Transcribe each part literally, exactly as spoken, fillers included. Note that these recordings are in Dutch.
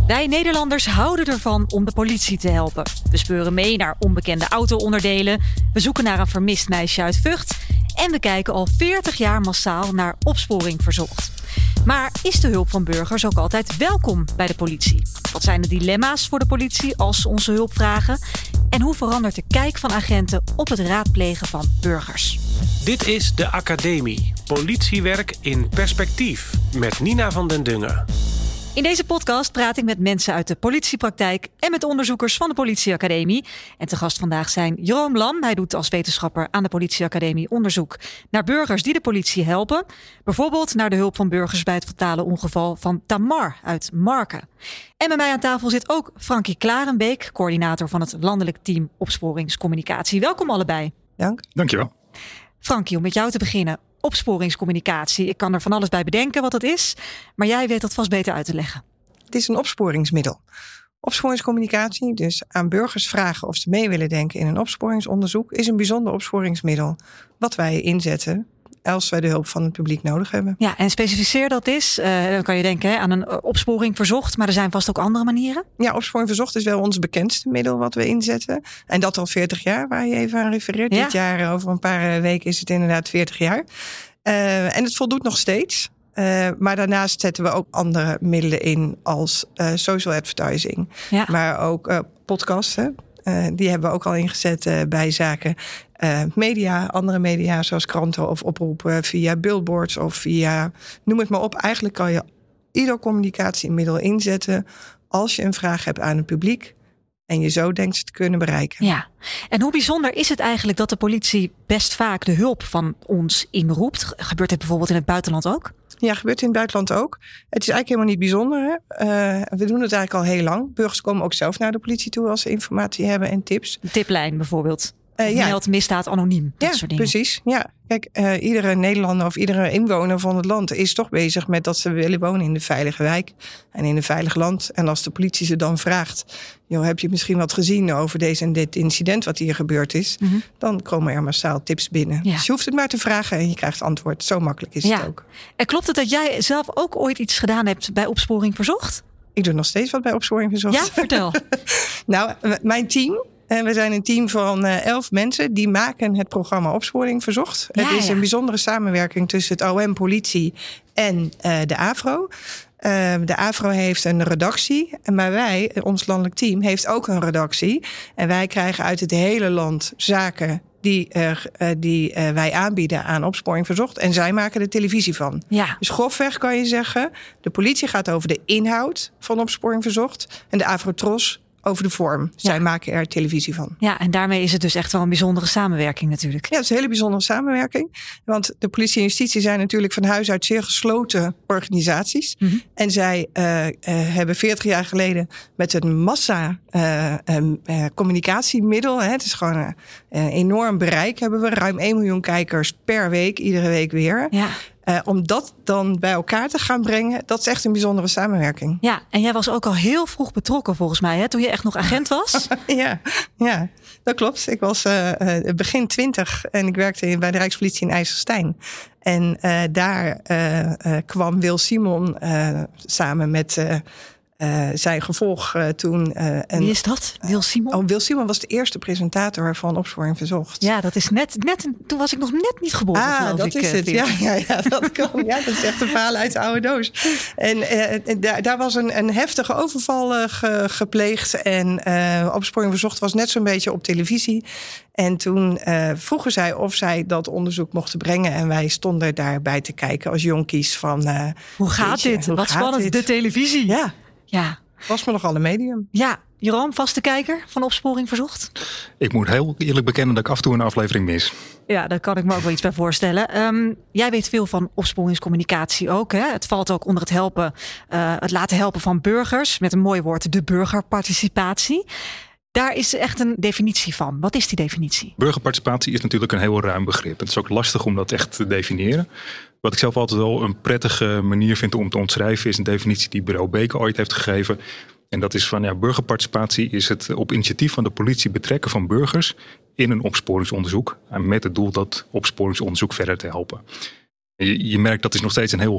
Wij Nederlanders houden ervan om de politie te helpen. We speuren mee naar onbekende auto-onderdelen. We zoeken naar een vermist meisje uit Vught. En we kijken al veertig jaar massaal naar Opsporing Verzocht. Maar is de hulp van burgers ook altijd welkom bij de politie? Wat zijn de dilemma's voor de politie als ze onze hulp vragen? En hoe verandert de kijk van agenten op het raadplegen van burgers? Dit is de Academie. Politiewerk in perspectief. Met Nina van den Dungen. In deze podcast praat ik met mensen uit de politiepraktijk en met onderzoekers van de Politieacademie. En te gast vandaag zijn Jeroen Lam. Hij doet als wetenschapper aan de Politieacademie onderzoek naar burgers die de politie helpen. Bijvoorbeeld naar de hulp van burgers bij het fatale ongeval van Tamar uit Marken. En bij mij aan tafel zit ook Frankie Klarenbeek, coördinator van het landelijk team Opsporingscommunicatie. Welkom allebei. Dank. Dankjewel. Frankie, om met jou te beginnen. Opsporingscommunicatie. Ik kan er van alles bij bedenken wat dat is, maar jij weet dat vast beter uit te leggen. Het is een opsporingsmiddel. Opsporingscommunicatie, dus aan burgers vragen of ze mee willen denken in een opsporingsonderzoek, is een bijzonder opsporingsmiddel wat wij inzetten als wij de hulp van het publiek nodig hebben. Ja, en specificeer dat is. Uh, dan kan je denken hè, aan een opsporing verzocht, maar er zijn vast ook andere manieren. Ja, opsporing verzocht is wel ons bekendste middel wat we inzetten. En dat al veertig jaar, waar je even aan refereert. Ja. Dit jaar, over een paar weken, is het inderdaad veertig jaar. Uh, en het voldoet nog steeds. Uh, maar daarnaast zetten we ook andere middelen in als uh, social advertising. Ja. Maar ook uh, podcasts. Hè? Uh, die hebben we ook al ingezet uh, bij zaken uh, media, andere media zoals kranten of oproepen via billboards of via, noem het maar op. Eigenlijk kan je ieder communicatiemiddel inzetten als je een vraag hebt aan het publiek en je zo denkt ze te kunnen bereiken. Ja, en hoe bijzonder is het eigenlijk dat de politie best vaak de hulp van ons inroept? Gebeurt dit bijvoorbeeld in het buitenland ook? Ja, gebeurt in het buitenland ook. Het is eigenlijk helemaal niet bijzonder. Hè? Uh, we doen het eigenlijk al heel lang. Burgers komen ook zelf naar de politie toe als ze informatie hebben en tips. De tiplijn bijvoorbeeld. Uh, ja. Meld misdaad anoniem. Dat ja, soort dingen. Precies. Ja. Kijk, uh, iedere Nederlander of iedere inwoner van het land is toch bezig met dat ze willen wonen in een veilige wijk en in een veilig land. En als de politie ze dan vraagt, joh, heb je misschien wat gezien over deze en dit incident wat hier gebeurd is? Mm-hmm. Dan komen er massaal tips binnen. Ja. Dus je hoeft het maar te vragen en je krijgt antwoord. Zo makkelijk is ja. het ook. En klopt het dat jij zelf ook ooit iets gedaan hebt bij Opsporing Verzocht? Ik doe nog steeds wat bij Opsporing Verzocht. Ja, vertel. Nou, mijn team. En we zijn een team van uh, elf mensen die maken het programma Opsporing Verzocht. Ja, het is ja. een bijzondere samenwerking tussen het O M, politie en uh, de AVRO. Uh, de AVRO heeft een redactie, maar wij, ons landelijk team, heeft ook een redactie. En wij krijgen uit het hele land zaken die, uh, uh, die uh, wij aanbieden aan Opsporing Verzocht. En zij maken er televisie van. Ja. Dus grofweg kan je zeggen, de politie gaat over de inhoud van Opsporing Verzocht en de AVRO-Tros over de vorm. Zij ja. maken er televisie van. Ja, en daarmee is het dus echt wel een bijzondere samenwerking natuurlijk. Ja, het is een hele bijzondere samenwerking. Want de politie en justitie zijn natuurlijk van huis uit zeer gesloten organisaties. Mm-hmm. En zij uh, uh, hebben veertig jaar geleden met een massa uh, um, uh, communicatiemiddel. Hè, het is gewoon een, een enorm bereik. Hebben we ruim één miljoen kijkers per week, iedere week weer. Ja. Uh, om dat dan bij elkaar te gaan brengen, dat is echt een bijzondere samenwerking. Ja, en jij was ook al heel vroeg betrokken volgens mij, hè, toen je echt nog agent was. ja, ja, dat klopt. Ik was uh, begin twintig en ik werkte bij de Rijkspolitie in IJsselstein. En uh, daar uh, uh, kwam Wil Simon uh, samen met Uh, Uh, zijn gevolg uh, toen. Uh, en, Wie is dat? Wil Simon? Uh, oh, Wil Simon was de eerste presentator van Opsporing Verzocht. Ja, dat is net, net toen was ik nog net niet geboren. Ah, dat ik, is het. Ja, ja, ja, dat kan. Ja, dat is echt een verhaal uit de oude doos. En uh, daar, daar was een, een heftige overval uh, ge, gepleegd. En uh, Opsporing Verzocht was net zo'n beetje op televisie. En toen uh, vroegen zij of zij dat onderzoek mochten brengen. En wij stonden daarbij te kijken als jonkies van Uh, hoe gaat je, dit? Hoe Wat gaat spannend, dit? De televisie. Ja. Ja. Was me nogal een medium. Ja, Jeroen, vaste kijker van Opsporing Verzocht? Ik moet heel eerlijk bekennen dat ik af en toe een aflevering mis. Ja, daar kan ik me ook wel iets bij voorstellen. Um, jij weet veel van opsporingscommunicatie ook. Hè? Het valt ook onder het helpen, uh, het laten helpen van burgers. Met een mooi woord, de burgerparticipatie. Daar is echt een definitie van. Wat is die definitie? Burgerparticipatie is natuurlijk een heel ruim begrip. Het is ook lastig om dat echt te definiëren. Wat ik zelf altijd wel een prettige manier vind om te omschrijven is een definitie die Bureau Beke ooit heeft gegeven. En dat is van ja, burgerparticipatie is het op initiatief van de politie betrekken van burgers in een opsporingsonderzoek. En met het doel dat opsporingsonderzoek verder te helpen. Je, je merkt dat is nog steeds een heel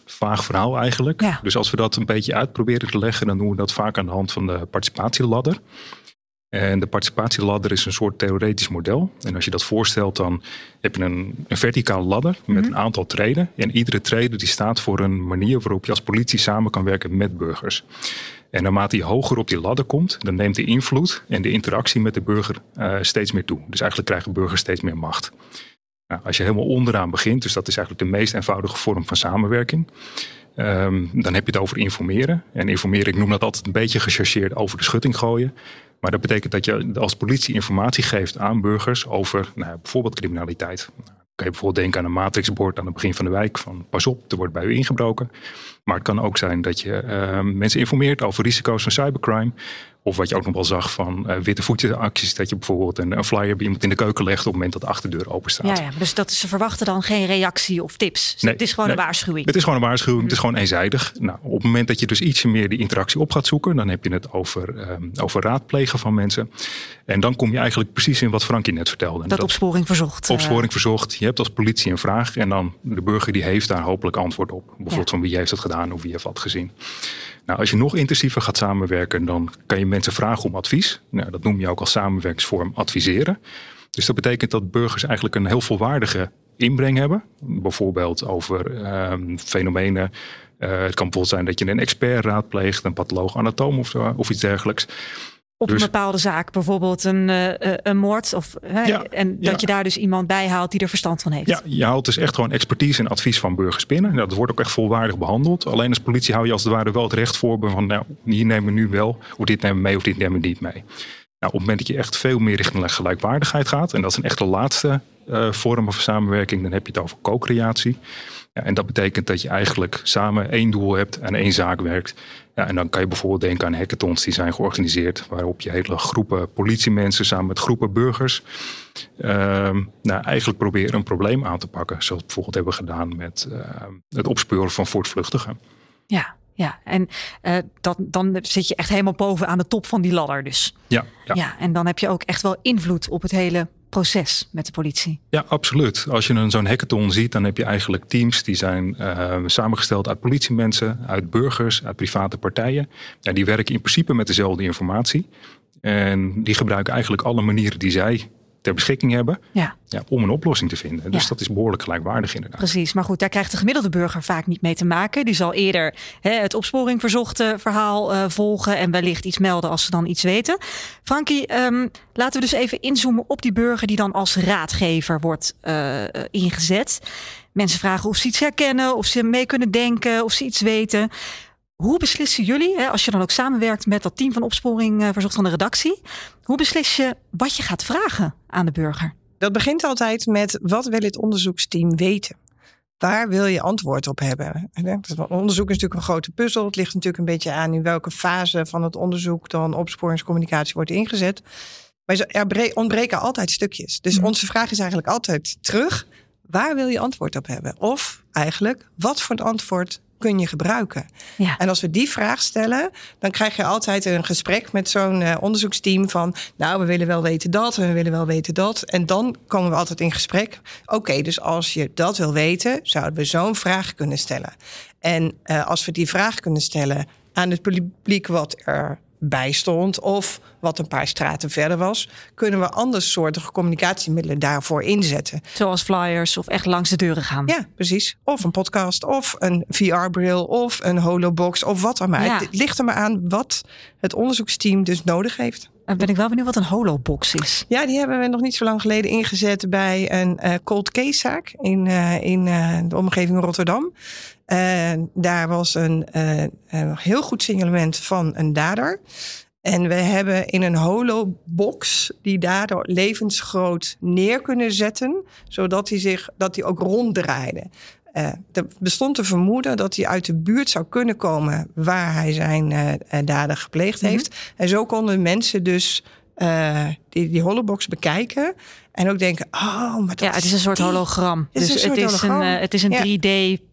vaag verhaal eigenlijk. Ja. Dus als we dat een beetje uitproberen te leggen, dan doen we dat vaak aan de hand van de participatieladder. En de participatieladder is een soort theoretisch model. En als je dat voorstelt, dan heb je een, een verticale ladder met mm-hmm. een aantal treden. En iedere trede die staat voor een manier waarop je als politie samen kan werken met burgers. En naarmate je hoger op die ladder komt, dan neemt de invloed en de interactie met de burger uh, steeds meer toe. Dus eigenlijk krijgen burgers steeds meer macht. Nou, als je helemaal onderaan begint, dus dat is eigenlijk de meest eenvoudige vorm van samenwerking. Um, dan heb je het over informeren. En informeren, ik noem dat altijd een beetje gechargeerd over de schutting gooien. Maar dat betekent dat je als politie informatie geeft aan burgers over nou, bijvoorbeeld criminaliteit. Nou, kan je bijvoorbeeld denken aan een matrixbord aan het begin van de wijk van pas op, er wordt bij u ingebroken. Maar het kan ook zijn dat je uh, mensen informeert over risico's van cybercrime. Of wat je ook nog wel zag van uh, witte voetacties. Dat je bijvoorbeeld een, een flyer bij iemand in de keuken legt op het moment dat de achterdeur open staat. Ja, ja, dus dat ze verwachten dan geen reactie of tips. Dus nee, het is gewoon nee, een waarschuwing. Het is gewoon een waarschuwing. Het is gewoon eenzijdig. Nou, op het moment dat je dus ietsje meer die interactie op gaat zoeken. Dan heb je het over, um, over raadplegen van mensen. En dan kom je eigenlijk precies in wat Frankie net vertelde. Dat, dat opsporing verzocht. Opsporing uh, verzocht. Je hebt als politie een vraag. En dan de burger die heeft daar hopelijk antwoord op. Bijvoorbeeld ja. van wie heeft het gedaan of wie heeft wat gezien. Nou, als je nog intensiever gaat samenwerken, dan kan je mensen vragen om advies. Nou, dat noem je ook als samenwerkingsvorm adviseren. Dus dat betekent dat burgers eigenlijk een heel volwaardige inbreng hebben. Bijvoorbeeld over uh, fenomenen. Uh, het kan bijvoorbeeld zijn dat je een expert raadpleegt, een patholoog anatoom of, uh, of iets dergelijks. Op dus, een bepaalde zaak, bijvoorbeeld een, uh, een moord. Of, hè, ja, en dat ja. je daar dus iemand bij haalt die er verstand van heeft. Ja, je haalt dus echt gewoon expertise en advies van burgers binnen. Nou, dat wordt ook echt volwaardig behandeld. Alleen als politie hou je als het ware wel het recht voor. Van nou, hier nemen we nu wel, of dit nemen we mee, of dit nemen we niet mee. Nou, op het moment dat je echt veel meer richting gelijkwaardigheid gaat. En dat is een echt de laatste uh, vorm van samenwerking. Dan heb je het over co-creatie. Ja, en dat betekent dat je eigenlijk samen één doel hebt en één zaak werkt. Ja, en dan kan je bijvoorbeeld denken aan hackathons die zijn georganiseerd. Waarop je hele groepen politiemensen samen met groepen burgers. Uh, nou, eigenlijk proberen een probleem aan te pakken. Zoals we bijvoorbeeld hebben gedaan met uh, het opsporen van voortvluchtigen. Ja. Ja, en uh, dat, dan zit je echt helemaal boven aan de top van die ladder dus. Ja, ja. ja, en dan heb je ook echt wel invloed op het hele proces met de politie. Ja, absoluut. Als je een, zo'n hackathon ziet, dan heb je eigenlijk teams die zijn uh, samengesteld uit politiemensen, uit burgers, uit private partijen. Ja, die werken in principe met dezelfde informatie. En die gebruiken eigenlijk alle manieren die zij ter beschikking hebben ja. Ja, om een oplossing te vinden. Dus ja. dat is behoorlijk gelijkwaardig inderdaad. Precies, maar goed, daar krijgt de gemiddelde burger vaak niet mee te maken. Die zal eerder hè, het opsporing verzochte verhaal uh, volgen en wellicht iets melden als ze dan iets weten. Frankie, um, laten we dus even inzoomen op die burger die dan als raadgever wordt uh, ingezet. Mensen vragen of ze iets herkennen, of ze mee kunnen denken, of ze iets weten. Hoe beslissen jullie, hè, als je dan ook samenwerkt met dat team van opsporing uh, verzocht van de redactie, hoe beslis je wat je gaat vragen aan de burger? Dat begint altijd met wat wil het onderzoeksteam weten? Waar wil je antwoord op hebben? Onderzoek is natuurlijk een grote puzzel. Het ligt natuurlijk een beetje aan in welke fase van het onderzoek dan opsporingscommunicatie wordt ingezet. Maar er ontbreken altijd stukjes. Dus onze vraag is eigenlijk altijd terug. Waar wil je antwoord op hebben? Of eigenlijk, wat voor een antwoord kun je gebruiken? Ja. En als we die vraag stellen, dan krijg je altijd een gesprek met zo'n uh, onderzoeksteam van, nou, we willen wel weten dat, en we willen wel weten dat. En dan komen we altijd in gesprek. Oké, okay, dus als je dat wil weten, zouden we zo'n vraag kunnen stellen. En uh, als we die vraag kunnen stellen aan het publiek wat er bij stond of wat een paar straten verder was, kunnen we andersoortige communicatiemiddelen daarvoor inzetten. Zoals flyers of echt langs de deuren gaan. Ja, precies. Of een podcast of een V R-bril of een holobox of wat dan maar. Ja. Het ligt er maar aan wat het onderzoeksteam dus nodig heeft. Dan ben ik wel benieuwd wat een holobox is. Ja, die hebben we nog niet zo lang geleden ingezet bij een uh, cold case zaak in, uh, in uh, de omgeving Rotterdam. Uh, daar was een, uh, een heel goed signalement van een dader. En we hebben in een holobox die dader levensgroot neer kunnen zetten, zodat hij zich dat hij ook ronddraaide. Uh, er bestond te vermoeden dat hij uit de buurt zou kunnen komen waar hij zijn uh, daden gepleegd heeft. Mm-hmm. En zo konden mensen dus uh, die, die holobox bekijken en ook denken, oh, maar dat ja, het is een soort die. hologram. Het dus is het, is een, uh, het is een ja. drie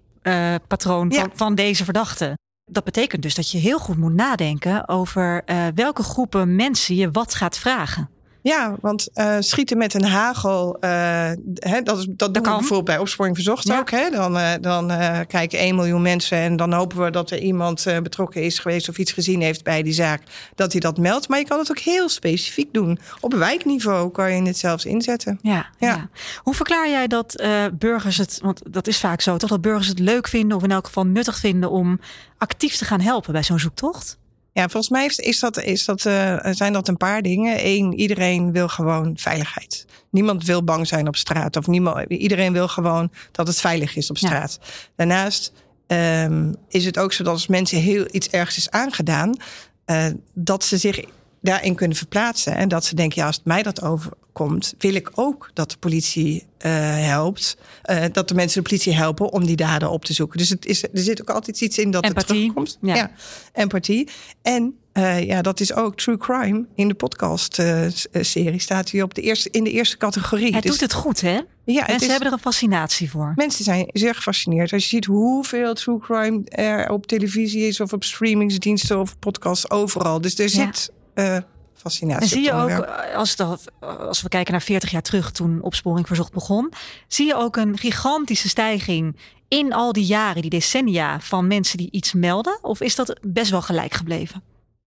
D-patroon uh, van, ja. van deze verdachte. Dat betekent dus dat je heel goed moet nadenken over uh, welke groepen mensen je wat gaat vragen. Ja, want uh, schieten met een hagel, uh, hè, dat, is, dat, dat doen we bijvoorbeeld bij Opsporing Verzocht ja. ook. Hè? Dan, uh, dan uh, kijken één miljoen mensen en dan hopen we dat er iemand uh, betrokken is geweest of iets gezien heeft bij die zaak, dat hij dat meldt. Maar je kan het ook heel specifiek doen. Op wijkniveau kan je het zelfs inzetten. Ja, ja. ja. Hoe verklaar jij dat uh, burgers het, want dat is vaak zo, toch, dat burgers het leuk vinden of in elk geval nuttig vinden om actief te gaan helpen bij zo'n zoektocht? Ja, volgens mij is dat, is dat, uh, zijn dat een paar dingen. Eén, iedereen wil gewoon veiligheid. Niemand wil bang zijn op straat. Of niemand, iedereen wil gewoon dat het veilig is op straat. Ja. Daarnaast um, is het ook zo dat als mensen heel iets ergens is aangedaan, Uh, dat ze zich daarin kunnen verplaatsen. En dat ze denken, ja, als het mij dat overkomt, wil ik ook dat de politie uh, helpt. Uh, dat de mensen de politie helpen om die daden op te zoeken. Dus het is, er zit ook altijd iets in dat empathie. er terugkomt. Ja. Ja, empathie. En uh, ja, dat is ook true crime. In de podcast-serie uh, staat hij op de eerste, in de eerste categorie. Hij dus, doet het goed, hè? Ja, mensen is, hebben er een fascinatie voor. Mensen zijn zeer gefascineerd. Als je ziet hoeveel true crime er op televisie is, of op streamingsdiensten of podcasts, overal. Dus er ja. zit uh, fascinatie. En zie je ook, onderwerp. als, het, als we kijken naar veertig jaar terug, toen Opsporing Verzocht begon, zie je ook een gigantische stijging in al die jaren, die decennia, van mensen die iets melden? Of is dat best wel gelijk gebleven?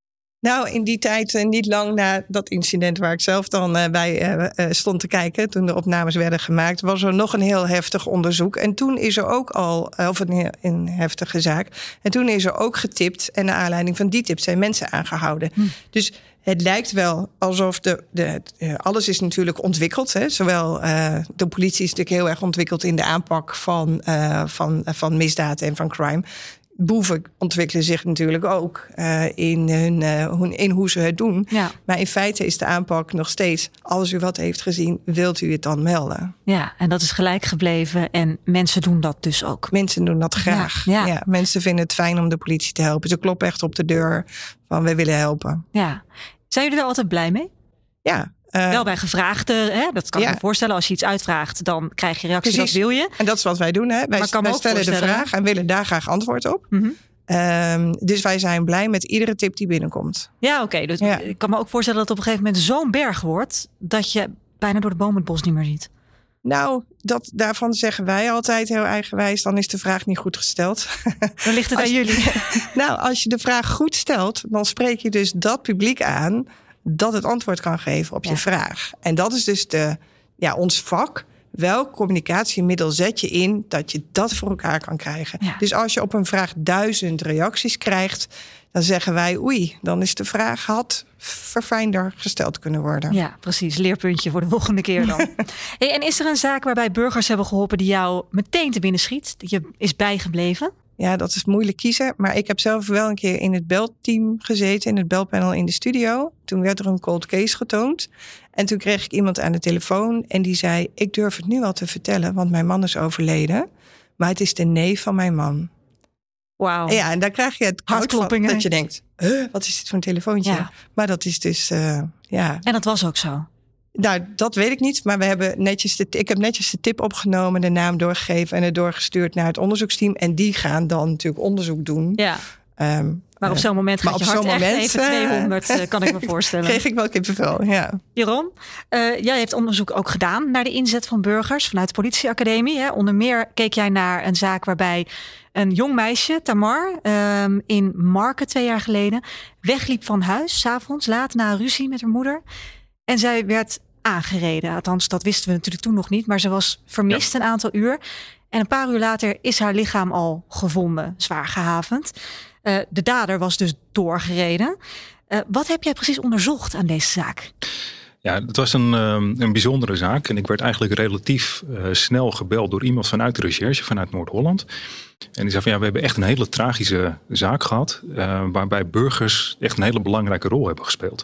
Nou, in die tijd, uh, niet lang na dat incident waar ik zelf dan uh, bij uh, uh, stond te kijken, toen de opnames werden gemaakt, was er nog een heel heftig onderzoek. En toen is er ook al, uh, of een, een heftige zaak, en toen is er ook getipt. En naar aanleiding van die tips zijn mensen aangehouden. Hm. Dus het lijkt wel alsof de, de, uh, alles is natuurlijk ontwikkeld. Hè? Zowel uh, de politie is natuurlijk heel erg ontwikkeld in de aanpak van, uh, van, uh, van misdaad en van crime. Boeven ontwikkelen zich natuurlijk ook uh, in, hun, uh, in hoe ze het doen. Ja. Maar in feite is de aanpak nog steeds, als u wat heeft gezien, wilt u het dan melden. Ja, en dat is gelijk gebleven en mensen doen dat dus ook. Mensen doen dat graag. Ja, ja. Ja, mensen vinden het fijn om de politie te helpen. Ze kloppen echt op de deur van wij willen helpen. Ja. Zijn jullie er altijd blij mee? Ja. Uh, Wel bij gevraagden, hè? Dat kan ja. ik me voorstellen. Als je iets uitvraagt, dan krijg je reactie, Precies. dat wil je. En dat is wat wij doen. Hè? Wij, wij stellen de vraag en willen daar graag antwoord op. Mm-hmm. Um, dus wij zijn blij met iedere tip die binnenkomt. Ja, oké. Okay. Dus ja. Ik kan me ook voorstellen dat het op een gegeven moment zo'n berg wordt, dat je bijna door de bomen het bos niet meer ziet. Nou, dat, daarvan zeggen wij altijd heel eigenwijs, dan is de vraag niet goed gesteld. Dan ligt het aan jullie. Nou, als je de vraag goed stelt, dan spreek je dus dat publiek aan dat het antwoord kan geven op je ja. vraag. En dat is dus de, ja, ons vak. Welk communicatiemiddel zet je in dat je dat voor elkaar kan krijgen? Ja. Dus als je op een vraag duizend reacties krijgt, dan zeggen wij oei, dan is de vraag had verfijnder gesteld kunnen worden. Ja, precies. Leerpuntje voor de volgende keer dan. Hey, en is er een zaak waarbij burgers hebben geholpen die jou meteen te binnen schiet? Die je is bijgebleven? Ja, dat is moeilijk kiezen. Maar ik heb zelf wel een keer in het belteam gezeten, in het belpanel in de studio. Toen werd er een cold case getoond. En toen kreeg ik iemand aan de telefoon en die zei, ik durf het nu al te vertellen, want mijn man is overleden. Maar het is de neef van mijn man. Wauw. Ja, en dan krijg je het hartkloppingen dat je denkt, huh, wat is dit voor een telefoontje? Ja. Maar dat is dus, uh, ja. En dat was ook zo? Nou, dat weet ik niet. Maar we hebben netjes de, ik heb netjes de tip opgenomen, de naam doorgegeven en het doorgestuurd naar het onderzoeksteam. En die gaan dan natuurlijk onderzoek doen. Ja. Um, maar op zo'n moment gaat je hart echt moment, even tweehonderd, kan ik me voorstellen. Kreeg ik wel kippenvel, ja. Jeroen, uh, jij hebt onderzoek ook gedaan naar de inzet van burgers vanuit de politieacademie. Hè. Onder meer keek jij naar een zaak waarbij een jong meisje, Tamar, um, in Marken twee jaar geleden wegliep van huis, 's avonds laat na een ruzie met haar moeder. En zij werd aangereden. Althans, dat wisten we natuurlijk toen nog niet. Maar ze was vermist ja. een aantal uur. En een paar uur later is haar lichaam al gevonden. Zwaar gehavend. Uh, de dader was dus doorgereden. Uh, wat heb jij precies onderzocht aan deze zaak? Ja, het was een, een bijzondere zaak. En ik werd eigenlijk relatief uh, snel gebeld door iemand vanuit de recherche, vanuit Noord-Holland. En die zei van ja, we hebben echt een hele tragische zaak gehad. Uh, waarbij burgers echt een hele belangrijke rol hebben gespeeld.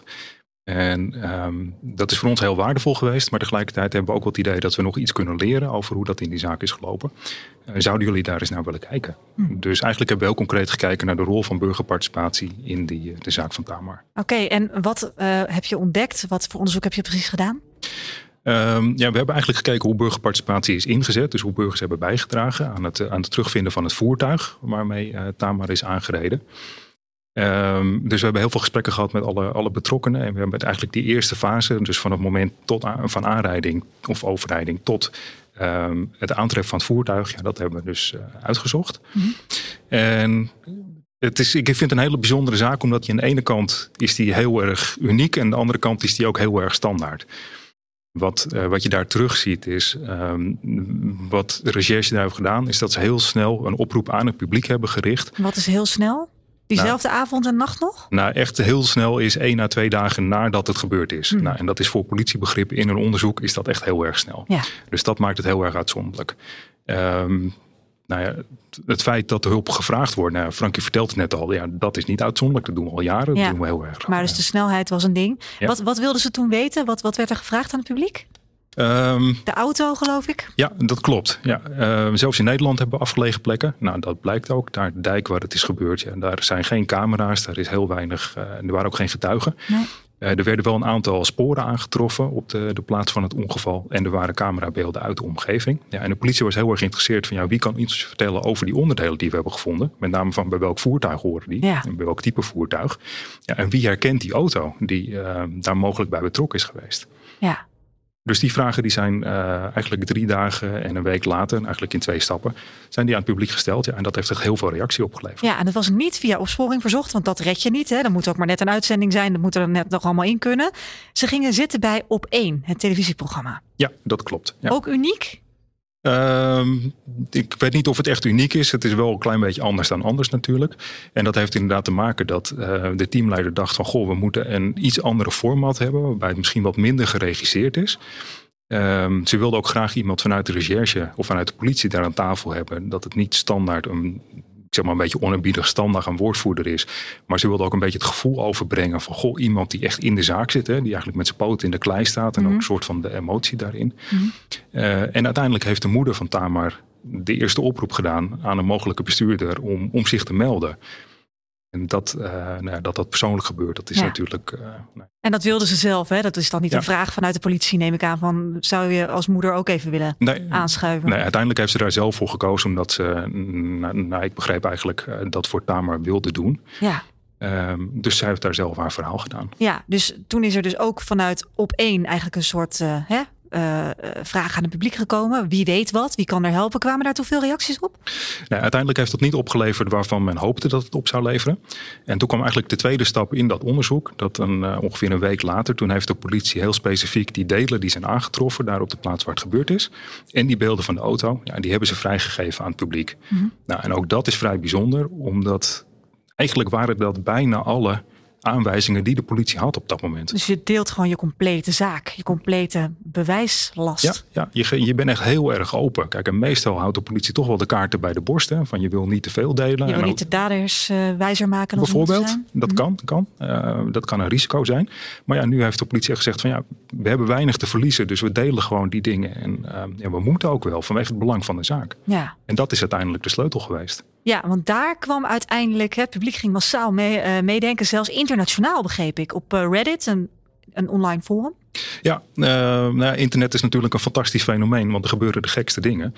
En um, dat is voor ons heel waardevol geweest. Maar tegelijkertijd hebben we ook wel het idee dat we nog iets kunnen leren over hoe dat in die zaak is gelopen. Uh, zouden jullie daar eens naar willen kijken? Hm. Dus eigenlijk hebben we heel concreet gekeken naar de rol van burgerparticipatie in die, de zaak van Tamar. Oké, okay, en wat uh, heb je ontdekt? Wat voor onderzoek heb je precies gedaan? Um, ja, we hebben eigenlijk gekeken hoe burgerparticipatie is ingezet. Dus hoe burgers hebben bijgedragen aan het, aan het terugvinden van het voertuig waarmee uh, Tamar is aangereden. Um, dus we hebben heel veel gesprekken gehad met alle, alle betrokkenen. En we hebben eigenlijk die eerste fase, dus van het moment tot aan, van aanrijding of overrijding tot um, het aantreffen van het voertuig. Ja, dat hebben we dus uh, uitgezocht. Mm-hmm. En het is, ik vind het een hele bijzondere zaak, omdat die aan de ene kant is die heel erg uniek en aan de andere kant is die ook heel erg standaard. Wat, uh, wat je daar terug ziet is, um, wat de recherche daar heeft gedaan, is dat ze heel snel een oproep aan het publiek hebben gericht. Wat is heel snel? Diezelfde nou, avond en nacht nog? Nou, echt heel snel is één à twee dagen nadat het gebeurd is. Hmm. Nou, en dat is voor politiebegrip in een onderzoek is dat echt heel erg snel. Ja. Dus dat maakt het heel erg uitzonderlijk. Um, nou ja, het feit dat de hulp gevraagd wordt, nou, Frankie vertelt het net al, ja, dat is niet uitzonderlijk. Dat doen we al jaren. Dat ja. doen we heel erg. Maar dus de snelheid was een ding. Ja. Wat, wat wilden ze toen weten? Wat, wat werd er gevraagd aan het publiek? Um, de auto, geloof ik? Ja, dat klopt. Ja. Uh, zelfs in Nederland hebben we afgelegen plekken. Nou, dat blijkt ook. Daar de dijk waar het is gebeurd. Ja, daar zijn geen camera's. Daar is heel weinig. Uh, er waren ook geen getuigen. Nee. Uh, er werden wel een aantal sporen aangetroffen op de, de plaats van het ongeval. En er waren camerabeelden uit de omgeving. Ja, en de politie was heel erg geïnteresseerd van ja, wie kan iets vertellen over die onderdelen die we hebben gevonden. Met name van bij welk voertuig horen die. Ja. En bij welk type voertuig. Ja, en wie herkent die auto die uh, daar mogelijk bij betrokken is geweest. Ja. Dus die vragen die zijn uh, eigenlijk drie dagen en een week later, eigenlijk in twee stappen, zijn die aan het publiek gesteld. Ja, en dat heeft echt heel veel reactie opgeleverd. Ja, en dat was niet via opsporing verzocht, want dat red je niet. Hè? Dat moet ook maar net een uitzending zijn. Dat moet er net nog allemaal in kunnen. Ze gingen zitten bij Op één, het televisieprogramma. Ja, dat klopt. Ja. Ook uniek? Um, ik weet niet of het echt uniek is. Het is wel een klein beetje anders dan anders natuurlijk. En dat heeft inderdaad te maken dat uh, de teamleider dacht van goh, we moeten een iets andere format hebben, waarbij het misschien wat minder geregisseerd is. Um, ze wilden ook graag iemand vanuit de recherche of vanuit de politie daar aan tafel hebben. Dat het niet standaard een, ik zeg maar een beetje oneerbiedig standaard een woordvoerder is. Maar ze wilden ook een beetje het gevoel overbrengen van goh, iemand die echt in de zaak zit. Hè, die eigenlijk met zijn poten in de klei staat en mm-hmm. ook een soort van de emotie daarin. Mm-hmm. Uh, en uiteindelijk heeft de moeder van Tamar de eerste oproep gedaan aan een mogelijke bestuurder om, om zich te melden. En dat, uh, nou ja, dat dat persoonlijk gebeurt, dat is ja. natuurlijk... Uh, nou. En dat wilden ze zelf, hè? Dat is dan niet ja. een vraag vanuit de politie, neem ik aan. Van, zou je als moeder ook even willen nee, aanschuiven? Nee, uiteindelijk heeft ze daar zelf voor gekozen, omdat ze, nou, nou ik begreep eigenlijk, uh, dat voor Tamar wilde doen. Ja. Um, dus zij heeft daar zelf haar verhaal gedaan. Ja, dus toen is er dus ook vanuit Op één eigenlijk een soort... Uh, hè? Uh, vraag aan het publiek gekomen. Wie weet wat? Wie kan er helpen? Kwamen daar toen veel reacties op? Nou, uiteindelijk heeft dat niet opgeleverd waarvan men hoopte dat het op zou leveren. En toen kwam eigenlijk de tweede stap in dat onderzoek. Dat een, uh, ongeveer een week later, toen heeft de politie heel specifiek die delen die zijn aangetroffen daar op de plaats waar het gebeurd is. En die beelden van de auto, ja, die hebben ze vrijgegeven aan het publiek. Mm-hmm. Nou, en ook dat is vrij bijzonder, omdat eigenlijk waren dat bijna alle aanwijzingen die de politie had op dat moment. Dus je deelt gewoon je complete zaak, je complete bewijslast. Ja, ja je, je bent echt heel erg open. Kijk, en meestal houdt de politie toch wel de kaarten bij de borst. Hè, van je wil niet te veel delen. Je wil en niet ook, de daders uh, wijzer maken. Bijvoorbeeld, dat kan. Dat kan, uh, dat kan een risico zijn. Maar ja, nu heeft de politie gezegd van ja, we hebben weinig te verliezen. Dus we delen gewoon die dingen. En uh, ja, we moeten ook wel vanwege het belang van de zaak. Ja. En dat is uiteindelijk de sleutel geweest. Ja, want daar kwam uiteindelijk, het publiek ging massaal mee, uh, meedenken, zelfs internationaal begreep ik, op uh, Reddit, een, een online forum. Ja, uh, nou, internet is natuurlijk een fantastisch fenomeen, want er gebeuren de gekste dingen.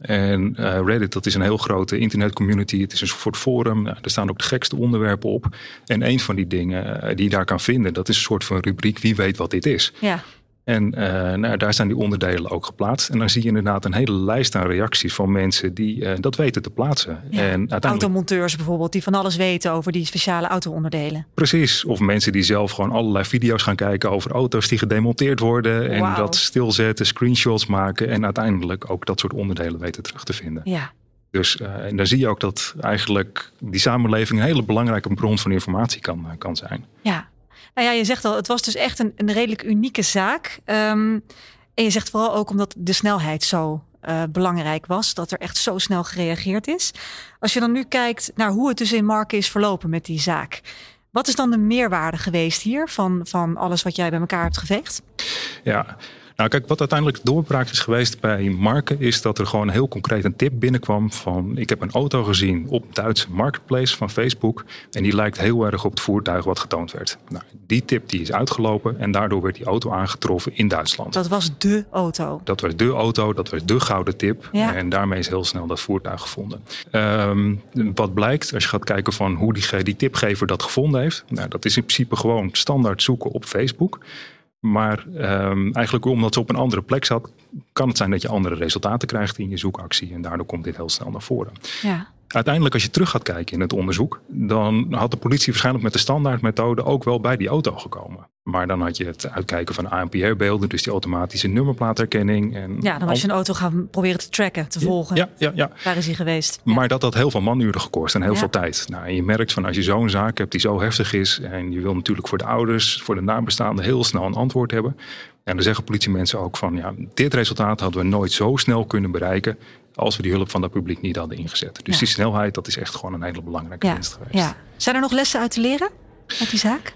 En uh, Reddit, dat is een heel grote internetcommunity, het is een soort forum, nou, er staan ook de gekste onderwerpen op. En een van die dingen uh, die je daar kan vinden, dat is een soort van rubriek, wie weet wat dit is. Ja. En uh, nou, daar zijn die onderdelen ook geplaatst. En dan zie je inderdaad een hele lijst aan reacties van mensen die uh, dat weten te plaatsen. Ja, en uiteindelijk... Automonteurs bijvoorbeeld, die van alles weten over die speciale auto-onderdelen. Precies, of mensen die zelf gewoon allerlei video's gaan kijken over auto's die gedemonteerd worden. En wow. dat stilzetten, screenshots maken en uiteindelijk ook dat soort onderdelen weten terug te vinden. Ja. Dus uh, en dan zie je ook dat eigenlijk die samenleving een hele belangrijke bron van informatie kan, uh, kan zijn. Ja. Nou ja, je zegt al, het was dus echt een, een redelijk unieke zaak. Um, en je zegt vooral ook omdat de snelheid zo uh, belangrijk was. Dat er echt zo snel gereageerd is. Als je dan nu kijkt naar hoe het dus in Marken is verlopen met die zaak. Wat is dan de meerwaarde geweest hier van, van alles wat jij bij elkaar hebt geveegd? Ja, Nou kijk, wat uiteindelijk de doorbraak is geweest bij Marke... is dat er gewoon heel concreet een tip binnenkwam van... ik heb een auto gezien op het Duitse marketplace van Facebook... en die lijkt heel erg op het voertuig wat getoond werd. Nou, die tip die is uitgelopen en daardoor werd die auto aangetroffen in Duitsland. Dat was dé auto? Dat was de auto, dat was de gouden tip. Ja. En daarmee is heel snel dat voertuig gevonden. Um, wat blijkt, als je gaat kijken van hoe die, die tipgever dat gevonden heeft... Nou, dat is in principe gewoon standaard zoeken op Facebook... Maar um, eigenlijk omdat ze op een andere plek zat... kan het zijn dat je andere resultaten krijgt in je zoekactie. En daardoor komt dit heel snel naar voren. Ja. Uiteindelijk als je terug gaat kijken in het onderzoek... dan had de politie waarschijnlijk met de standaardmethode... ook wel bij die auto gekomen. Maar dan had je het uitkijken van A N P R-beelden... dus die automatische nummerplaatherkenning. En ja, dan was je een auto gaan proberen te tracken, te volgen. Ja, ja, ja. Waar is hij geweest? Ja. Maar dat had heel veel manuren gekost en heel ja. veel tijd. Nou, en je merkt van als je zo'n zaak hebt die zo heftig is... en je wil natuurlijk voor de ouders, voor de nabestaanden... heel snel een antwoord hebben. En dan zeggen politiemensen ook van... ja, dit resultaat hadden we nooit zo snel kunnen bereiken... als we die hulp van het publiek niet hadden ingezet. Dus ja. die snelheid, dat is echt gewoon een hele belangrijke ja. winst geweest. Ja. Zijn er nog lessen uit te leren uit die zaak?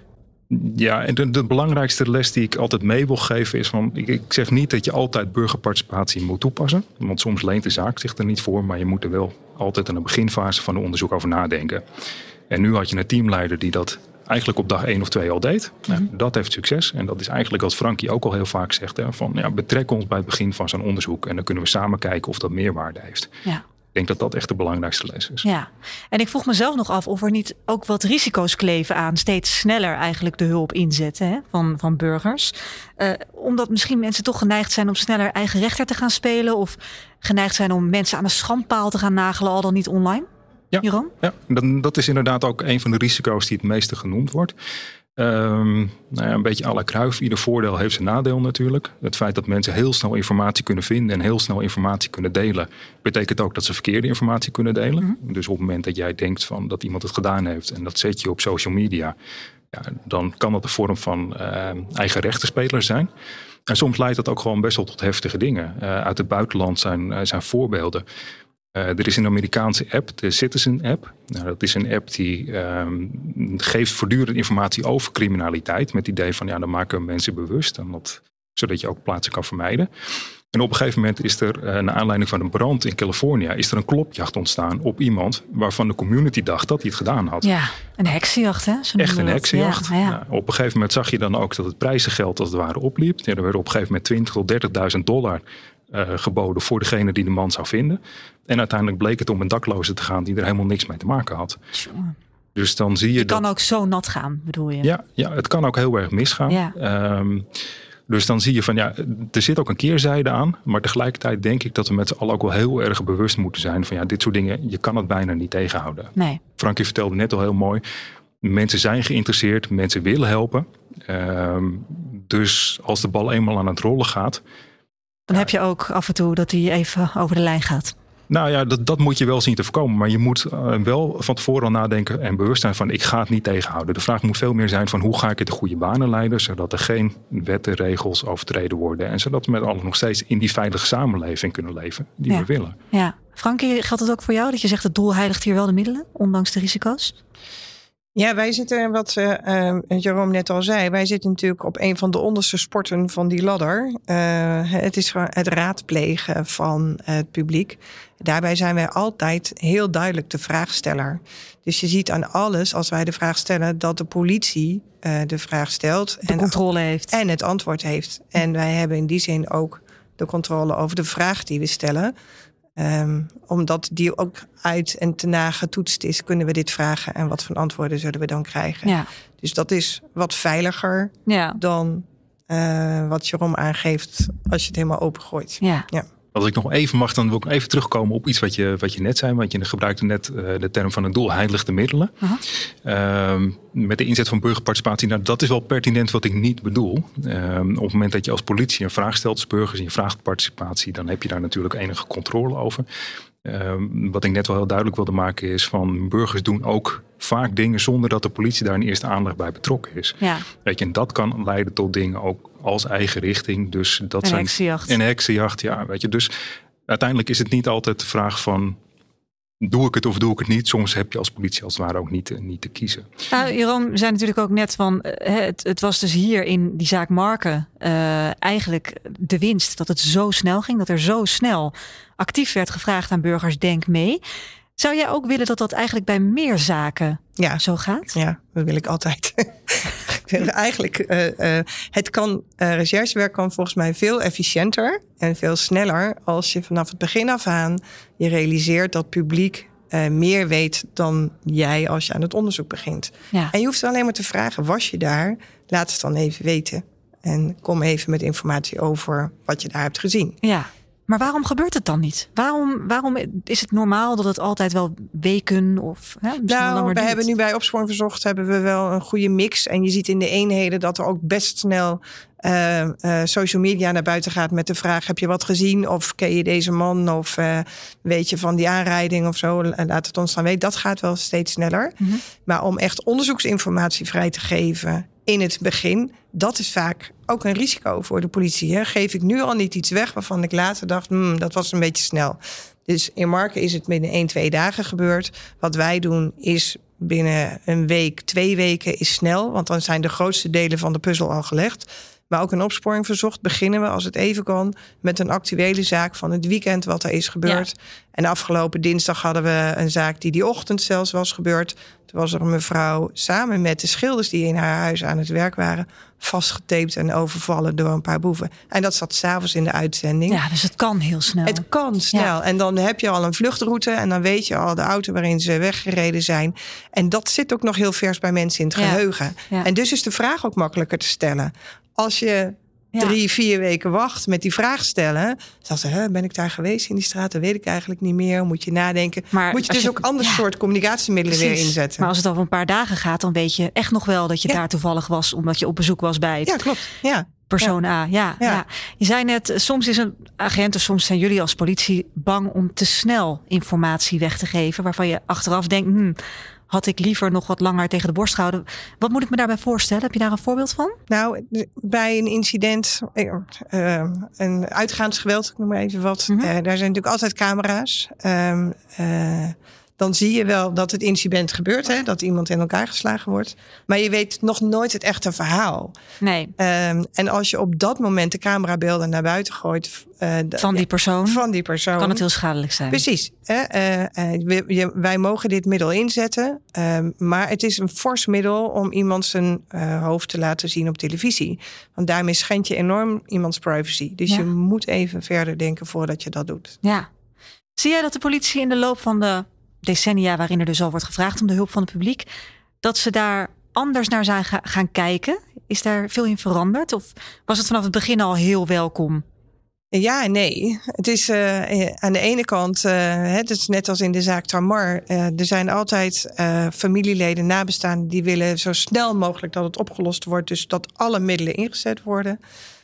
Ja, en de, de belangrijkste les die ik altijd mee wil geven is van... Ik, ik zeg niet dat je altijd burgerparticipatie moet toepassen. Want soms leent de zaak zich er niet voor. Maar je moet er wel altijd in de beginfase van het onderzoek over nadenken. En nu had je een teamleider die dat eigenlijk op dag één of twee al deed. Mm-hmm. Nou, dat heeft succes. En dat is eigenlijk wat Frankie ook al heel vaak zegt. Hè, van, ja, betrek ons bij het begin van zo'n onderzoek. En dan kunnen we samen kijken of dat meerwaarde heeft. Ja. Ik denk dat dat echt de belangrijkste les is. Ja, en ik vroeg mezelf nog af of er niet ook wat risico's kleven aan steeds sneller eigenlijk de hulp inzetten hè, van, van burgers. Uh, omdat misschien mensen toch geneigd zijn om sneller eigen rechter te gaan spelen. Of geneigd zijn om mensen aan een schandpaal te gaan nagelen, al dan niet online. Ja, Jeroen? ja dat, dat is inderdaad ook een van de risico's die het meeste genoemd wordt. Um, nou ja, een beetje à la Cruijff. Ieder voordeel heeft zijn nadeel natuurlijk. Het feit dat mensen heel snel informatie kunnen vinden... en heel snel informatie kunnen delen... betekent ook dat ze verkeerde informatie kunnen delen. Mm-hmm. Dus op het moment dat jij denkt van dat iemand het gedaan heeft... en dat zet je op social media... Ja, dan kan dat een vorm van uh, eigen rechtenspeler zijn. En soms leidt dat ook gewoon best wel tot heftige dingen. Uh, uit het buitenland zijn, uh, zijn voorbeelden... Uh, er is een Amerikaanse app, de Citizen app. Nou, dat is een app die um, geeft voortdurend informatie over criminaliteit. Met het idee van, ja, dan maken we mensen bewust. En dat, zodat je ook plaatsen kan vermijden. En op een gegeven moment is er, uh, naar aanleiding van een brand in Californië... is er een klopjacht ontstaan op iemand waarvan de community dacht dat hij het gedaan had. Ja, een heksenjacht, hè? Zo Echt een heksenjacht. Ja, ja. Nou, op een gegeven moment zag je dan ook dat het prijzengeld als het ware opliep. Ja, er werd op een gegeven moment twintigduizend tot dertigduizend dollar... Uh, geboden voor degene die de man zou vinden. En uiteindelijk bleek het om een dakloze te gaan... die er helemaal niks mee te maken had. Tjonge. Dus dan zie je Het dat... kan ook zo nat gaan, bedoel je? Ja, ja, het kan ook heel erg misgaan. Ja. Um, dus dan zie je van, ja, er zit ook een keerzijde aan. Maar tegelijkertijd denk ik dat we met z'n allen ook wel heel erg bewust moeten zijn... van ja, dit soort dingen, je kan het bijna niet tegenhouden. Nee. Frankie vertelde net al heel mooi... Mensen zijn geïnteresseerd, mensen willen helpen. Um, dus als de bal eenmaal aan het rollen gaat... Dan heb je ook af en toe dat hij even over de lijn gaat. Nou ja, dat, dat moet je wel zien te voorkomen. Maar je moet uh, wel van tevoren al nadenken en bewust zijn van... ik ga het niet tegenhouden. De vraag moet veel meer zijn van hoe ga ik het de goede banen leiden... zodat er geen wetten, regels overtreden worden... en zodat we met allen nog steeds in die veilige samenleving kunnen leven die ja. we willen. Ja. Frankie, geldt het ook voor jou dat je zegt het doel heiligt hier wel de middelen... ondanks de risico's? Ja, wij zitten, wat uh, Jeroen net al zei... wij zitten natuurlijk op een van de onderste sporten van die ladder. Uh, het is gewoon het raadplegen van het publiek. Daarbij zijn wij altijd heel duidelijk de vraagsteller. Dus je ziet aan alles, als wij de vraag stellen... dat de politie uh, de vraag stelt. De en controle heeft. En het antwoord heeft. En wij hebben in die zin ook de controle over de vraag die we stellen... Um, omdat die ook uit en te na getoetst is, kunnen we dit vragen en wat voor antwoorden zullen we dan krijgen. Ja. Dus dat is wat veiliger ja. dan uh, wat Jeroen aangeeft als je het helemaal opengooit. Ja. Ja. Als ik nog even mag, dan wil ik even terugkomen op iets wat je, wat je net zei. Want je gebruikte net uh, de term van een doel heiligt de middelen. Uh-huh. Um, met de inzet van burgerparticipatie. Nou, dat is wel pertinent wat ik niet bedoel. Um, op het moment dat je als politie een vraag stelt als burgers en je vraagt participatie, dan heb je daar natuurlijk enige controle over. Um, wat ik net wel heel duidelijk wilde maken is van burgers doen ook vaak dingen zonder dat de politie daar een eerste aandacht bij betrokken is. Ja. Weet je, en dat kan leiden tot dingen ook als eigen richting. Dus dat een zijn heksenjacht. Een heksenjacht, ja. Weet je, dus uiteindelijk is het niet altijd de vraag van doe ik het of doe ik het niet? Soms heb je als politie als het ware ook niet, niet te kiezen. Nou, Jeroen zei natuurlijk ook net van... Het, het was dus hier in die zaak Marken uh, eigenlijk de winst. Dat het zo snel ging. Dat er zo snel actief werd gevraagd aan burgers. Denk mee. Zou jij ook willen dat dat eigenlijk bij meer zaken ja. zo gaat? Ja, dat wil ik altijd. Eigenlijk, uh, uh, het kan, uh, recherchewerk kan volgens mij veel efficiënter en veel sneller als je vanaf het begin af aan je realiseert dat het publiek uh, meer weet dan jij als je aan het onderzoek begint. Ja. En je hoeft alleen maar te vragen, was je daar? Laat het dan even weten. En kom even met informatie over wat je daar hebt gezien. Ja. Maar waarom gebeurt het dan niet? Waarom, waarom is het normaal dat het altijd wel weken of hè, nou, langer we duurt? hebben nu bij Opsporing Verzocht hebben we wel een goede mix. En je ziet in de eenheden dat er ook best snel uh, uh, social media naar buiten gaat met de vraag: heb je wat gezien? Of ken je deze man? Of uh, weet je van die aanrijding of zo? Laat het ons dan weten. Dat gaat wel steeds sneller. Mm-hmm. Maar om echt onderzoeksinformatie vrij te geven in het begin, dat is vaak ook een risico voor de politie. Hè? Geef ik nu al niet iets weg waarvan ik later dacht, hmm, dat was een beetje snel. Dus in Marken is het binnen één, twee dagen gebeurd. Wat wij doen is binnen een week, twee weken is snel. Want dan zijn de grootste delen van de puzzel al gelegd. Maar ook in Opsporing Verzocht beginnen we, als het even kan, met een actuele zaak van het weekend wat er is gebeurd. Ja. En afgelopen dinsdag hadden we een zaak die die ochtend zelfs was gebeurd. Toen was er een mevrouw samen met de schilders die in haar huis aan het werk waren, vastgetaped en overvallen door een paar boeven. En dat zat 's avonds in de uitzending. Ja, dus het kan heel snel. Het kan snel. Ja. En dan heb je al een vluchtroute en dan weet je al de auto waarin ze weggereden zijn. En dat zit ook nog heel vers bij mensen in het ja. geheugen. Ja. En dus is de vraag ook makkelijker te stellen. Als je ja. drie, vier weken wacht met die vraag stellen, dan zeg je, ben ik daar geweest in die straat? Dat weet ik eigenlijk niet meer. Moet je nadenken. Maar moet je dus je, ook ander ja. soort communicatiemiddelen Precies. weer inzetten. Maar als het over een paar dagen gaat, dan weet je echt nog wel dat je ja. daar toevallig was, omdat je op bezoek was bij het. Ja, klopt. Ja. Persoon ja. A, ja, ja. ja. Je zei net, soms is een agent of soms zijn jullie als politie bang om te snel informatie weg te geven, waarvan je achteraf denkt, hmm, had ik liever nog wat langer tegen de borst gehouden. Wat moet ik me daarbij voorstellen? Heb je daar een voorbeeld van? Nou, bij een incident, uh, een uitgaansgeweld, ik noem maar even wat. Mm-hmm. Uh, daar zijn natuurlijk altijd camera's. Uh, uh, dan zie je wel dat het incident gebeurt, hè, dat iemand in elkaar geslagen wordt. Maar je weet nog nooit het echte verhaal. Nee. Um, en als je op dat moment de camerabeelden naar buiten gooit, Uh, van die persoon? Van die persoon. Kan het heel schadelijk zijn. Precies. Uh, uh, we, je, wij mogen dit middel inzetten. Uh, maar het is een fors middel om iemand zijn uh, hoofd te laten zien op televisie. Want daarmee schend je enorm iemands privacy. Dus ja. je moet even verder denken voordat je dat doet. Ja. Zie jij dat de politie in de loop van de decennia, waarin er dus al wordt gevraagd om de hulp van het publiek, dat ze daar anders naar zijn gaan kijken? Is daar veel in veranderd? Of was het vanaf het begin al heel welkom? Ja en nee. Het is uh, aan de ene kant, uh, het is net als in de zaak Tamar. Uh, er zijn altijd uh, familieleden, nabestaanden die willen zo snel mogelijk dat het opgelost wordt. Dus dat alle middelen ingezet worden.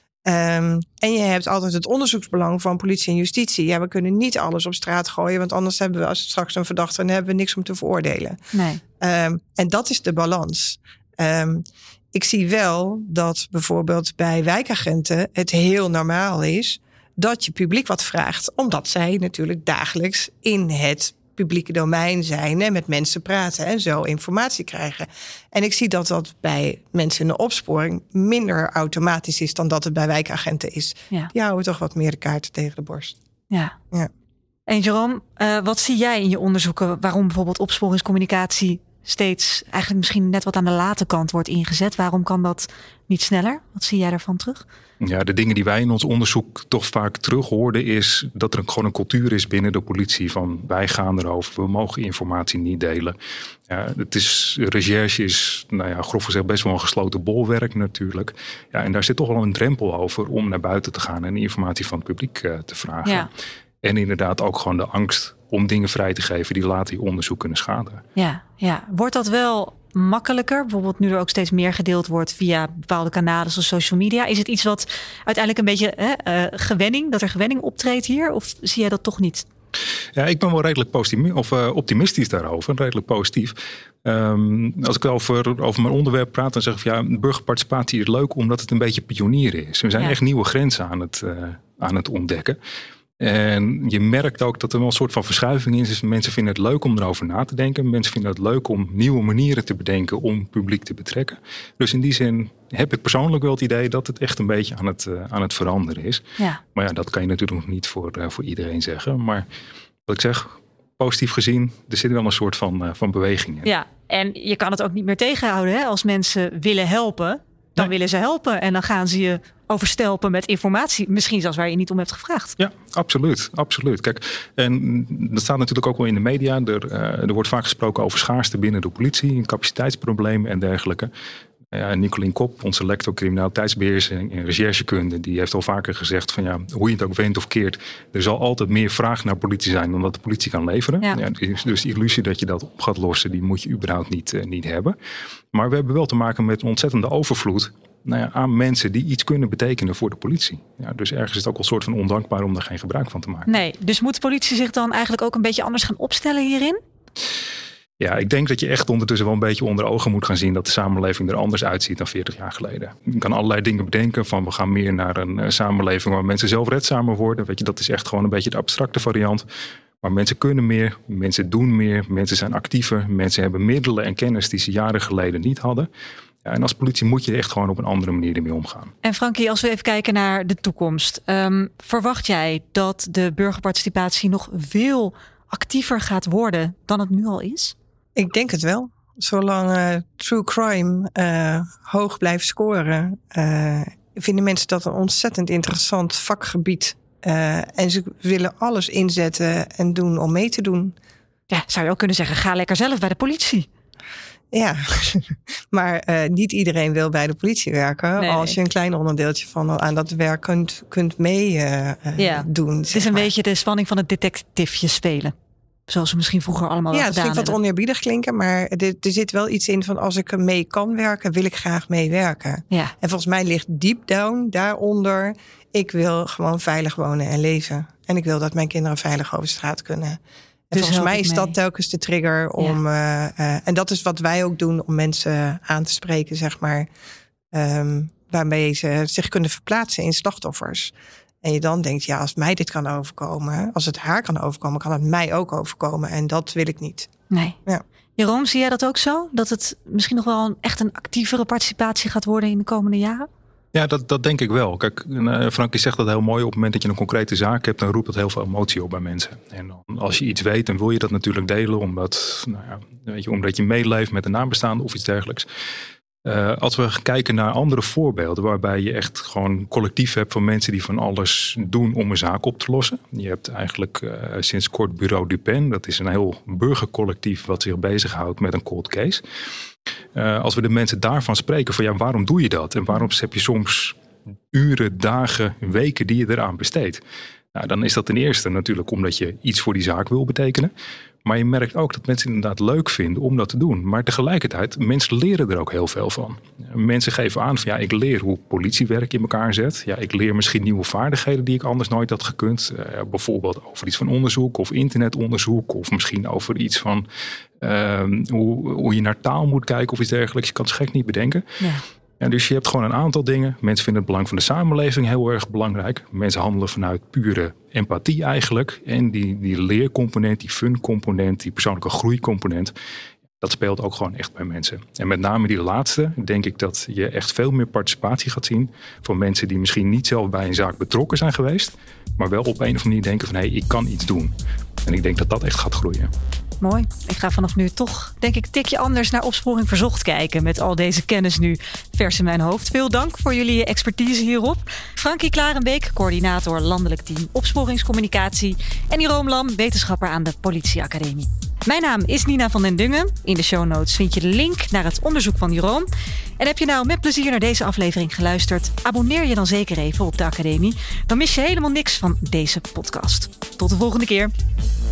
Um, en je hebt altijd het onderzoeksbelang van politie en justitie. Ja, we kunnen niet alles op straat gooien, want anders hebben we, als het straks een verdachte, dan hebben we niks om te veroordelen. Nee. Um, en dat is de balans. Um, ik zie wel dat bijvoorbeeld bij wijkagenten het heel normaal is dat je publiek wat vraagt, omdat zij natuurlijk dagelijks in het publieke domein zijn en met mensen praten en zo informatie krijgen. En ik zie dat dat bij mensen in de opsporing minder automatisch is dan dat het bij wijkagenten is. Ja. Die houden toch wat meer de kaarten tegen de borst. Ja. ja. En Jerome, uh, wat zie jij in je onderzoeken waarom bijvoorbeeld opsporingscommunicatie steeds eigenlijk misschien net wat aan de late kant wordt ingezet? Waarom kan dat niet sneller? Wat zie jij daarvan terug? Ja, de dingen die wij in ons onderzoek toch vaak terug hoorden is dat er gewoon een cultuur is binnen de politie van wij gaan erover, we mogen informatie niet delen. Ja, het is, recherche is, nou ja, grof gezegd best wel een gesloten bolwerk natuurlijk. Ja, en daar zit toch wel een drempel over om naar buiten te gaan en informatie van het publiek uh, te vragen. Ja. En inderdaad ook gewoon de angst om dingen vrij te geven die later je onderzoek kunnen schaden. Ja, ja. Wordt dat wel makkelijker? Bijvoorbeeld nu er ook steeds meer gedeeld wordt via bepaalde kanalen zoals social media. Is het iets wat uiteindelijk een beetje hè, uh, gewenning, dat er gewenning optreedt hier? Of zie jij dat toch niet? Ja, ik ben wel redelijk positief, of, uh, optimistisch daarover. Redelijk positief. Um, als ik over, over mijn onderwerp praat, dan zeg ik ja, burgerparticipatie is leuk omdat het een beetje pionieren is. We zijn ja. echt nieuwe grenzen aan het, uh, aan het ontdekken. En je merkt ook dat er wel een soort van verschuiving is. Dus mensen vinden het leuk om erover na te denken. Mensen vinden het leuk om nieuwe manieren te bedenken om publiek te betrekken. Dus in die zin heb ik persoonlijk wel het idee dat het echt een beetje aan het, uh, aan het veranderen is. Ja. Maar ja, dat kan je natuurlijk nog niet voor, uh, voor iedereen zeggen. Maar wat ik zeg, positief gezien, er zit wel een soort van, uh, van beweging in. Ja, en je kan het ook niet meer tegenhouden. Hè? Als mensen willen helpen, dan nee. willen ze helpen. En dan gaan ze je overstelpen met informatie. Misschien zelfs waar je niet om hebt gevraagd. Ja, absoluut. absoluut. Kijk, en dat staat natuurlijk ook wel in de media. Er, uh, er wordt vaak gesproken over schaarste binnen de politie, capaciteitsproblemen en dergelijke. Ja, Nicolien Kop, onze lector criminaliteitsbeheersing en recherchekunde, die heeft al vaker gezegd van ja, hoe je het ook wendt of keert, er zal altijd meer vraag naar politie zijn dan dat de politie kan leveren. Ja. Ja, dus de illusie dat je dat op gaat lossen, die moet je überhaupt niet, uh, niet hebben. Maar we hebben wel te maken met een ontzettende overvloed nou ja, aan mensen die iets kunnen betekenen voor de politie. Ja, dus ergens is het ook wel een soort van ondankbaar om daar geen gebruik van te maken. Nee, dus moet de politie zich dan eigenlijk ook een beetje anders gaan opstellen hierin? Ja, ik denk dat je echt ondertussen wel een beetje onder ogen moet gaan zien dat de samenleving er anders uitziet dan veertig jaar geleden. Je kan allerlei dingen bedenken van we gaan meer naar een uh, samenleving waar mensen zelfredzamer worden. Weet je, dat is echt gewoon een beetje de abstracte variant. Maar mensen kunnen meer, mensen doen meer, mensen zijn actiever, mensen hebben middelen en kennis die ze jaren geleden niet hadden. Ja, en als politie moet je echt gewoon op een andere manier ermee omgaan. En Frankie, als we even kijken naar de toekomst. Um, verwacht jij dat de burgerparticipatie nog veel actiever gaat worden dan het nu al is? Ik denk het wel. Zolang uh, true crime uh, hoog blijft scoren, uh, vinden mensen dat een ontzettend interessant vakgebied. Uh, en ze willen alles inzetten en doen om mee te doen. Ja, zou je ook kunnen zeggen, ga lekker zelf bij de politie. Ja, maar uh, niet iedereen wil bij de politie werken. Nee, als nee. je een klein onderdeeltje van aan dat werk kunt, kunt mee uh, ja. doen. Het is een maar. beetje de spanning van het detectiveje spelen. Zoals we misschien vroeger allemaal wel ja, gedaan hebben. Ja, het vind ik wat oneerbiedig klinken. Maar er, er zit wel iets in van als ik er mee kan werken, wil ik graag meewerken. Ja. En volgens mij ligt deep down daaronder, ik wil gewoon veilig wonen en leven. En ik wil dat mijn kinderen veilig over straat kunnen. En dus volgens mij is dat telkens de trigger om... Ja. Uh, uh, en dat is wat wij ook doen om mensen aan te spreken, zeg maar. Um, waarmee ze zich kunnen verplaatsen in slachtoffers. En je dan denkt, ja, als mij dit kan overkomen, als het haar kan overkomen, kan het mij ook overkomen. En dat wil ik niet. Nee. Ja. Jeroen, zie jij dat ook zo? Dat het misschien nog wel een, echt een actievere participatie gaat worden in de komende jaren? Ja, dat, dat denk ik wel. Kijk, uh, Frankie zegt dat heel mooi. Op het moment dat je een concrete zaak hebt, dan roept dat heel veel emotie op bij mensen. En dan, als je iets weet, dan wil je dat natuurlijk delen, omdat, nou ja, weet je, omdat je meeleeft met een nabestaande of iets dergelijks. Uh, als we kijken naar andere voorbeelden waarbij je echt gewoon collectief hebt van mensen die van alles doen om een zaak op te lossen. Je hebt eigenlijk uh, sinds kort Bureau Dupin. Dat is een heel burgercollectief wat zich bezighoudt met een cold case. Uh, als we de mensen daarvan spreken van ja, waarom doe je dat? En waarom heb je soms uren, dagen, weken die je eraan besteedt? Nou, dan is dat ten eerste natuurlijk omdat je iets voor die zaak wil betekenen. Maar je merkt ook dat mensen het inderdaad leuk vinden om dat te doen. Maar tegelijkertijd, mensen leren er ook heel veel van. Mensen geven aan van ja, ik leer hoe politiewerk in elkaar zet. Ja, ik leer misschien nieuwe vaardigheden die ik anders nooit had gekund. Uh, bijvoorbeeld over iets van onderzoek of internetonderzoek. Of misschien over iets van uh, hoe, hoe je naar taal moet kijken of iets dergelijks. Je kan het gek niet bedenken. Ja. Ja, dus je hebt gewoon een aantal dingen. Mensen vinden het belang van de samenleving heel erg belangrijk. Mensen handelen vanuit pure empathie eigenlijk. En die, die leercomponent, die fun-component, die persoonlijke groeicomponent, dat speelt ook gewoon echt bij mensen. En met name die laatste denk ik dat je echt veel meer participatie gaat zien van mensen die misschien niet zelf bij een zaak betrokken zijn geweest, maar wel op een of andere manier denken van hé, hey, ik kan iets doen. En ik denk dat dat echt gaat groeien. Mooi. Ik ga vanaf nu toch, denk ik, tikje anders naar Opsporing Verzocht kijken. Met al deze kennis nu vers in mijn hoofd. Veel dank voor jullie expertise hierop. Frankie Klarenbeek, coördinator landelijk team opsporingscommunicatie. En Jeroen Lam, wetenschapper aan de Politieacademie. Mijn naam is Nina van den Dungen. In de show notes vind je de link naar het onderzoek van Jeroen. En heb je nou met plezier naar deze aflevering geluisterd? Abonneer je dan zeker even op de Academie. Dan mis je helemaal niks van deze podcast. Tot de volgende keer.